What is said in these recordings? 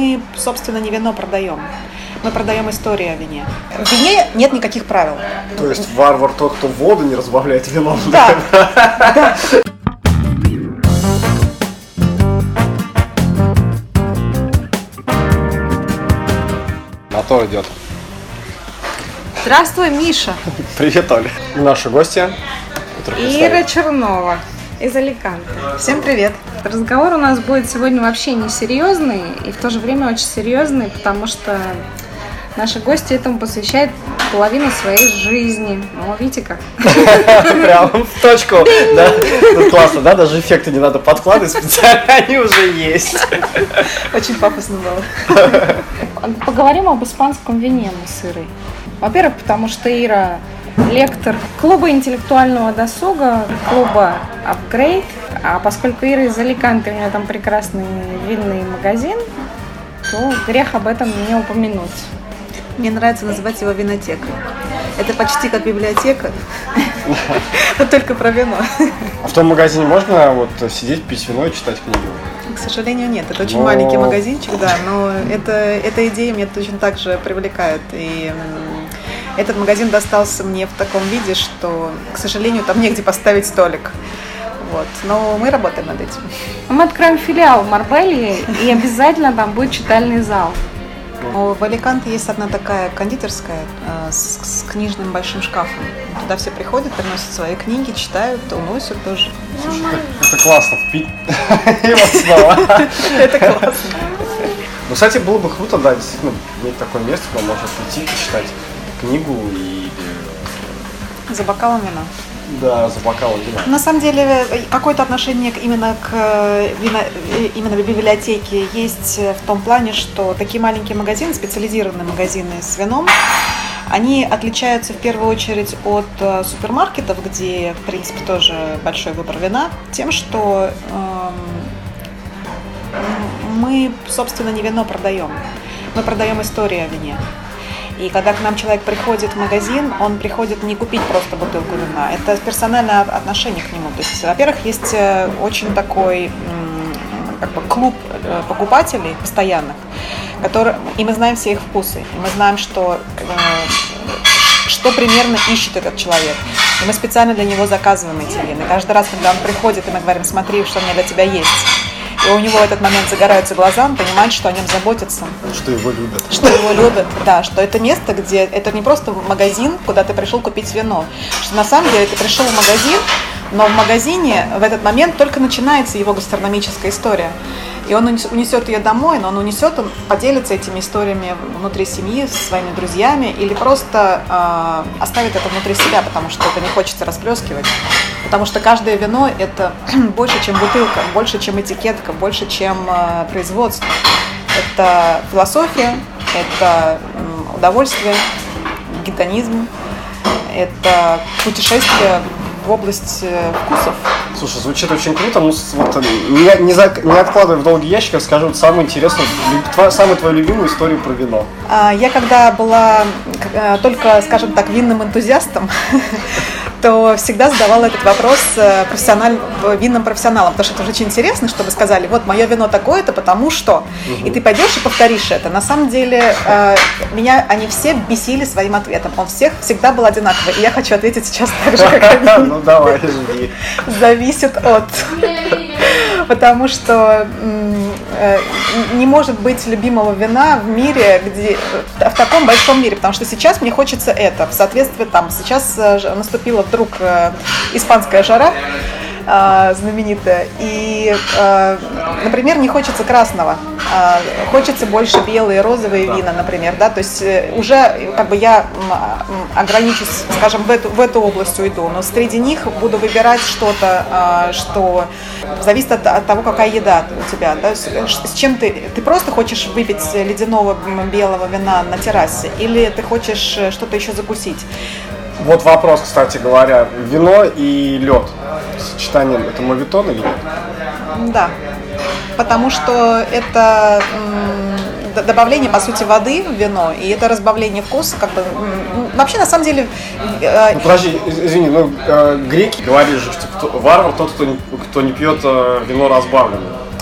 мы, собственно, не вино продаем. Мы продаем историю о вине. В вине нет никаких правил. То есть варвар тот, кто воду не разбавляет вином? Да. Да. Мотор идет. Здравствуй, Миша. Привет, Оля. И наши гости. Ира Чернова из Аликанте. Всем привет. Разговор у нас будет сегодня вообще не серьезный и в то же время очень серьезный, потому что наши гости этому посвящают половину своей жизни. Ну, видите как? Прям в точку. Да? Ну, классно, да? Даже эффекты не надо подкладывать специально, они уже есть. Очень пафосно было. Поговорим об испанском вине мы с Ирой. Во-первых, потому что Ира лектор клуба интеллектуального досуга, клуба Upgrade. А поскольку Ира из Аликанте, у нее там прекрасный винный магазин, то грех об этом не упомянуть. Мне нравится называть его винотекой. Это почти как библиотека, но только про вино. А в том магазине можно вот сидеть, пить вино и читать книгу? К сожалению, нет. Это очень маленький магазинчик, да, но эта идея меня точно так же привлекает. И этот магазин достался мне в таком виде, что, к сожалению, там негде поставить столик. Вот. Но мы работаем над этим. Мы откроем филиал в Марбелье, и обязательно там будет читальный зал. В Аликанте есть одна такая кондитерская с книжным большим шкафом. Туда все приходят, приносят свои книги, читают, уносят тоже. Слушай, это классно, впить его снова. Это классно. Ну, кстати, было бы круто, да, действительно, иметь такое место, куда можно прийти, почитать книгу и... За бокалом вина. Да, за бокалом вина. На самом деле, какое-то отношение именно к библиотеке есть в том плане, что такие маленькие магазины, специализированные магазины с вином, они отличаются в первую очередь от супермаркетов, где, в принципе, тоже большой выбор вина, тем, что мы, собственно, не вино продаем, мы продаем историю о вине. И когда к нам человек приходит в магазин, он приходит не купить просто бутылку вина, это персональное отношение к нему. То есть, во-первых, есть очень такой как бы клуб покупателей постоянных, и мы знаем все их вкусы, и мы знаем, что примерно ищет этот человек. И мы специально для него заказываем эти вина. И каждый раз, когда он приходит, и мы говорим: смотри, что у меня для тебя есть. И у него в этот момент загораются глаза, он понимает, что о нем заботятся. Что его любят. Что его любят, да, что это место, где это не просто магазин, куда ты пришел купить вино. Что на самом деле ты пришел в магазин, но в магазине в этот момент только начинается его гастрономическая история. И он унесет ее домой, но он поделится этими историями внутри семьи, со своими друзьями, или просто оставит это внутри себя, потому что это не хочется расплескивать. Потому что каждое вино – это больше, чем бутылка, больше, чем этикетка, больше, чем производство. Это философия, это удовольствие, гедонизм, это путешествие в область вкусов. Слушай, звучит очень круто. Ну, вот, не откладывай в долгий ящик, скажу вот самую интересную, самую твою любимую историю про вино. Я когда была только, скажем так, винным энтузиастом, то всегда задавала этот вопрос винным профессионалам, потому что это уже очень интересно, чтобы сказали: вот мое вино такое-то, потому что. И ты пойдешь и повторишь это. На самом деле меня они все бесили своим ответом. Он всегда был одинаковый. И я хочу ответить сейчас так же, как они. Ну давай, жди. Зависит от. Потому что не может быть любимого вина в мире, в таком большом мире, потому что сейчас мне хочется это. В соответствии сейчас наступила вдруг испанская жара знаменитая, и, например, не хочется красного, хочется больше белые, розовые вина, например, да, то есть уже как бы я ограничусь, скажем, в эту область уйду, но среди них буду выбирать что-то, что зависит от того, какая еда у тебя, да, с чем ты просто хочешь выпить ледяного белого вина на террасе, или ты хочешь что-то еще закусить. Вот вопрос, кстати говоря, вино и лед. Сочетание, это мовитон или нет? Да, потому что это добавление, по сути, воды в вино, и это разбавление вкуса, как бы, вообще, на самом деле... Ну, подожди, извини, греки говорили же, что варвар тот, кто не пьет вино разбавленное.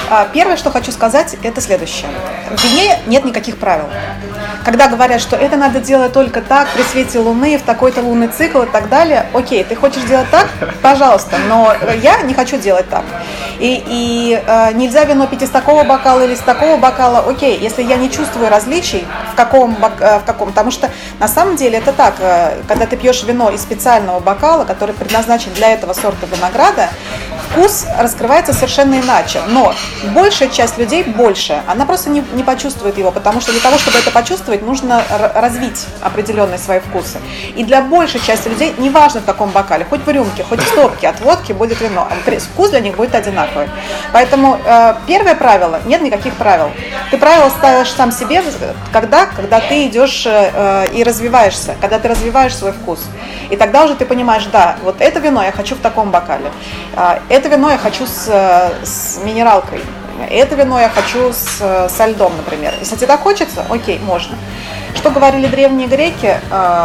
Первое, что хочу сказать, это следующее. В вине нет никаких правил. Когда говорят, что это надо делать только так, при свете луны, в такой-то лунный цикл и так далее, окей, ты хочешь делать так? Пожалуйста, но я не хочу делать так. И нельзя вино пить из такого бокала или из такого бокала, окей, если я не чувствую различий, в каком, потому что на самом деле это так, когда ты пьешь вино из специального бокала, который предназначен для этого сорта винограда, вкус раскрывается совершенно иначе, но большая часть людей, она просто не почувствует его, потому что для того, чтобы это почувствовать, нужно развить определенные свои вкусы. И для большей части людей, неважно в каком бокале, хоть в рюмке, хоть в стопке, от водки будет вино, вкус для них будет одинаковый. Поэтому первое правило, нет никаких правил. Ты правила ставишь сам себе, когда ты идешь и развиваешься, когда ты развиваешь свой вкус. И тогда уже ты понимаешь, да, вот это вино я хочу в таком бокале, это вино я хочу с минералкой, это вино я хочу со льдом, например. Если тебе так хочется, окей, можно. Что говорили древние греки?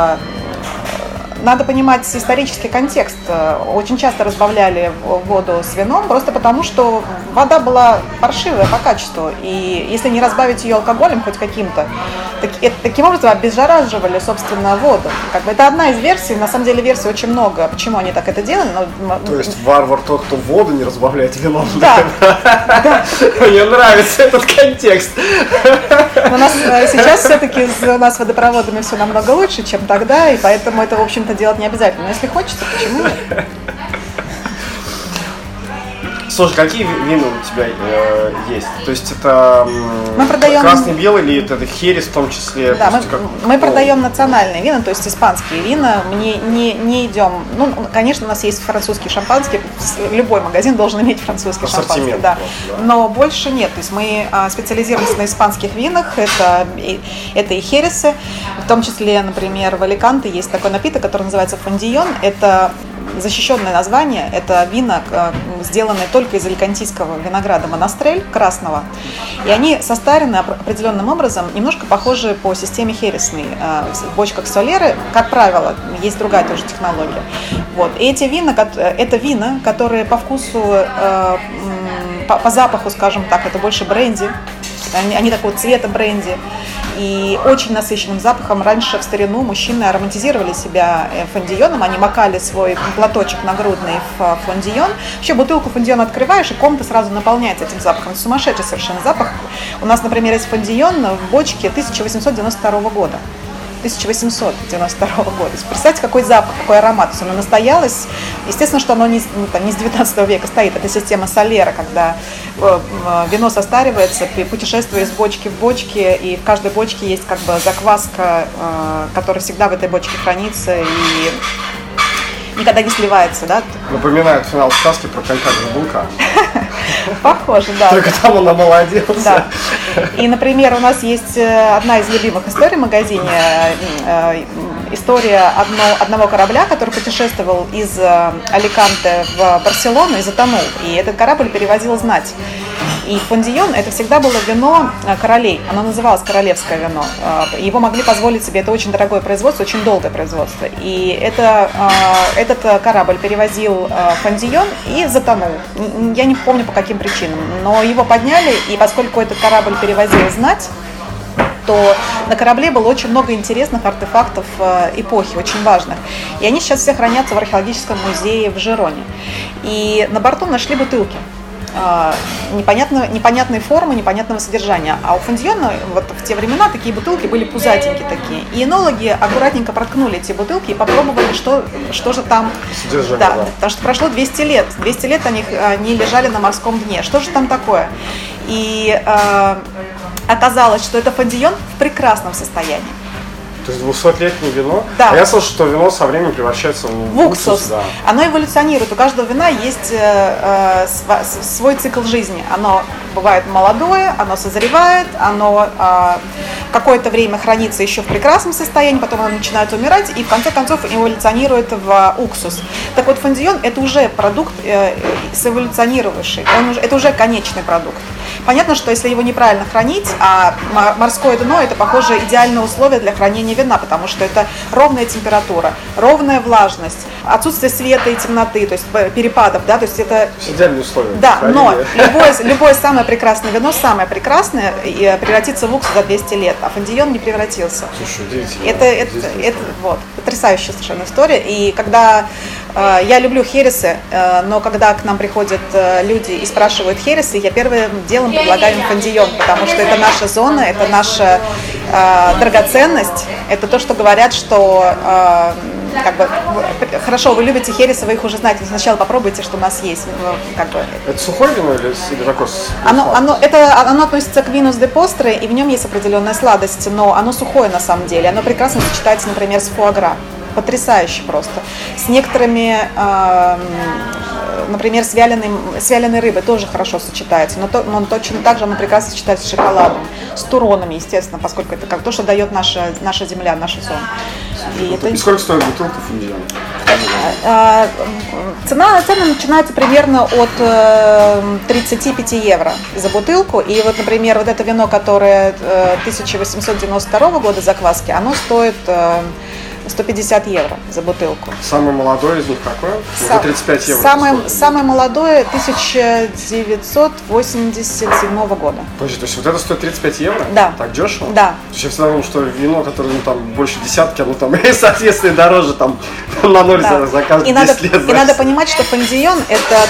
Надо понимать исторический контекст. Очень часто разбавляли воду с вином, просто потому что вода была паршивая по качеству. И если не разбавить ее алкоголем хоть каким-то, таким образом обеззараживали, собственно, воду. Это одна из версий, на самом деле версий очень много, почему они так это делали. То есть варвар тот, кто воду не разбавляет вином. Да. Мне нравится этот контекст. У нас сейчас все-таки у нас с водопроводами все намного лучше, чем тогда, и поэтому это, в общем-то, делать не обязательно. Но если хочется, почему нет? Слушай, какие вина у тебя есть? То есть это мы продаем... красный, белый или это херес в том числе? Да, мы продаем национальные вина, то есть испанские вина. Мы не идем... конечно, у нас есть французские шампанские. Любой магазин должен иметь французские шампанские. Да. Но больше нет. То есть мы специализируемся на испанских винах. Это и хересы. В том числе, например, в Аликанте есть такой напиток, который называется фондийон. Это защищенное название, это вина, сделанные только из аликантийского винограда монастрель красного, и они состарены определенным образом, немножко похожи по системе хересной. В бочках солеры, как правило, есть другая тоже технология. Вот. И эти вина, это вина, которые по вкусу, по запаху, скажем так, это больше бренди, они такого цвета бренди. И очень насыщенным запахом. Раньше в старину мужчины ароматизировали себя фондийоном, они макали свой платочек нагрудный в фондийон. Вообще бутылку фондийона открываешь, и комната сразу наполняется этим запахом. Сумасшедший совершенно запах. У нас, например, есть фондийон в бочке 1892 года. 1892 года. Представьте, какой запах, какой аромат. То есть оно настоялось. Естественно, что оно не с 19 века стоит. Это система солера, когда вино состаривается, путешествуя из бочки в бочке, и в каждой бочке есть закваска, которая всегда в этой бочке хранится и никогда не сливается, да? Напоминает финал сказки про конька-горбунка. Похоже, да. Только там он омолодился. Да. И, например, у нас есть одна из любимых историй в магазине. История одного корабля, который путешествовал из Аликанте в Барселону и затонул. И этот корабль перевозил знать. И фондийон – это всегда было вино королей. Оно называлось королевское вино. Его могли позволить себе. Это очень дорогое производство, очень долгое производство. И этот корабль перевозил фондийон и затонул. Я не помню, по каким причинам. Но его подняли, и поскольку этот корабль перевозил знать, то на корабле было очень много интересных артефактов эпохи, очень важных. И они сейчас все хранятся в археологическом музее в Жироне. И на борту нашли бутылки непонятной формы, непонятного содержания. А у фондийона вот в те времена такие бутылки были пузатенькие такие. И энологи аккуратненько проткнули эти бутылки и попробовали, что же там. Содержание, да. Потому что прошло 200 лет. 200 лет они лежали на морском дне. Что же там такое? И оказалось, что это фондийон в прекрасном состоянии. То есть 200-летнее вино? Да. А я слышал, что вино со временем превращается в уксус. Да. Оно эволюционирует. У каждого вина есть свой цикл жизни. Оно бывает молодое, оно созревает, оно какое-то время хранится еще в прекрасном состоянии, потом оно начинает умирать и в конце концов эволюционирует в уксус. Так вот, фондион – это уже продукт эволюционировавший, это уже конечный продукт. Понятно, что если его неправильно хранить, а морское дно – это, похоже, идеальное условие для хранения вина, потому что это ровная температура, ровная влажность, отсутствие света и темноты, то есть перепадов, да, то есть это… Идеальные условия. Да, но любое самое прекрасное вино, самое прекрасное, превратится в уксус за 200 лет, а фондион не превратился. Слушай, удивительно. Это вот, потрясающая совершенно история. И когда я люблю хересы, но когда к нам приходят люди и спрашивают хересы, я первым делом предлагаю им фондион, потому что это наша зона, это наша драгоценность, это то, что говорят, что как бы, хорошо, вы любите хересы, вы их уже знаете, но сначала попробуйте, что у нас есть. Как бы. Это сухое вино или такое? Оно относится к вину с депостре, и в нем есть определенная сладость, но оно сухое на самом деле. Оно прекрасно сочетается, например, с фуагра. Потрясающе просто. С некоторыми, например, с вяленой рыбой тоже хорошо сочетается, но точно так же оно прекрасно сочетается с шоколадом, с туронами, естественно, поскольку это как то, что дает наша земля, наша зона. И сколько стоит бутылка фондиона? Цена начинается примерно от 35 евро за бутылку. И вот, например, вот это вино, которое 1892 года закваски, оно стоит 150 евро за бутылку. Самое молодое из них какое? За 35 евро. Самое молодое 1987 года. Подожди, то есть вот это стоит 35 евро? Да. Так дешево? Да. То есть я всегда думал, что вино, которое там больше десятки, оно там, соответственно, дороже там на ноль за каждые 10 лет. И надо понимать, что фондион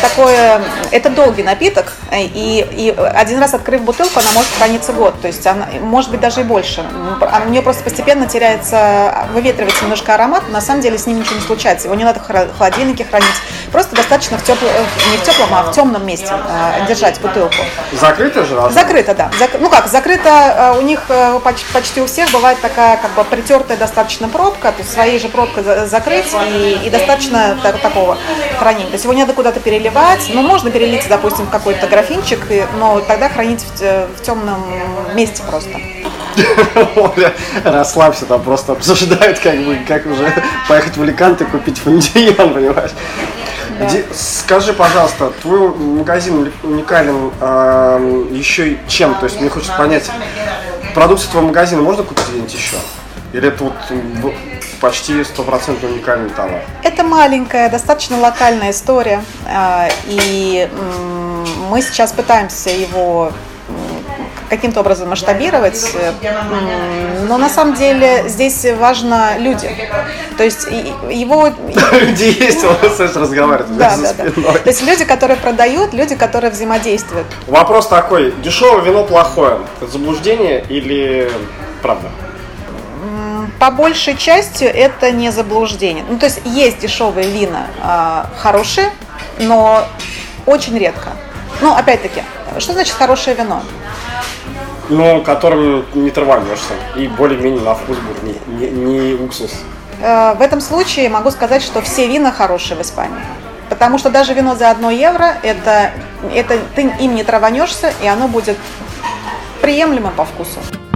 это долгий напиток, и один раз открыв бутылку, она может храниться год, то есть она может быть даже и больше. У нее просто постепенно теряется, выветривается немножко аромат, на самом деле с ним ничего не случается. Его не надо в холодильнике хранить. Просто достаточно не в теплом, а в темном месте держать бутылку. Закрыто же? Закрыто, да. Закрыто у них почти у всех бывает такая как бы притертая достаточно пробка, то есть своей же пробкой закрыть и достаточно такого хранения. То есть его не надо куда-то переливать, но можно перелить, допустим, в какой-то графинчик, но тогда хранить в темном месте просто. Оля, расслабься, там просто обсуждают, как уже поехать в Аликанте купить фондион, понимаешь? Да. Скажи, пожалуйста, твой магазин уникален еще и чем? То есть мне хочется понять, продукцию твоего магазина можно купить где-нибудь еще? Или это вот почти 100% уникальный товар? Это маленькая, достаточно локальная история, и мы сейчас пытаемся его каким-то образом масштабировать, но на самом деле здесь важно люди. То есть его… Где есть, он разговаривает. Да. То есть люди, которые продают, люди, которые взаимодействуют. Вопрос такой, дешевое вино плохое, это заблуждение или правда? По большей части это не заблуждение. Ну, то есть есть дешевые вина хорошие, но очень редко. Ну, опять-таки, что значит хорошее вино? Ну, которым не траванешься и более-менее на вкус будет не уксус. В этом случае могу сказать, что все вина хорошие в Испании. Потому что даже вино за 1 евро, это ты им не траванешься, и оно будет приемлемо по вкусу.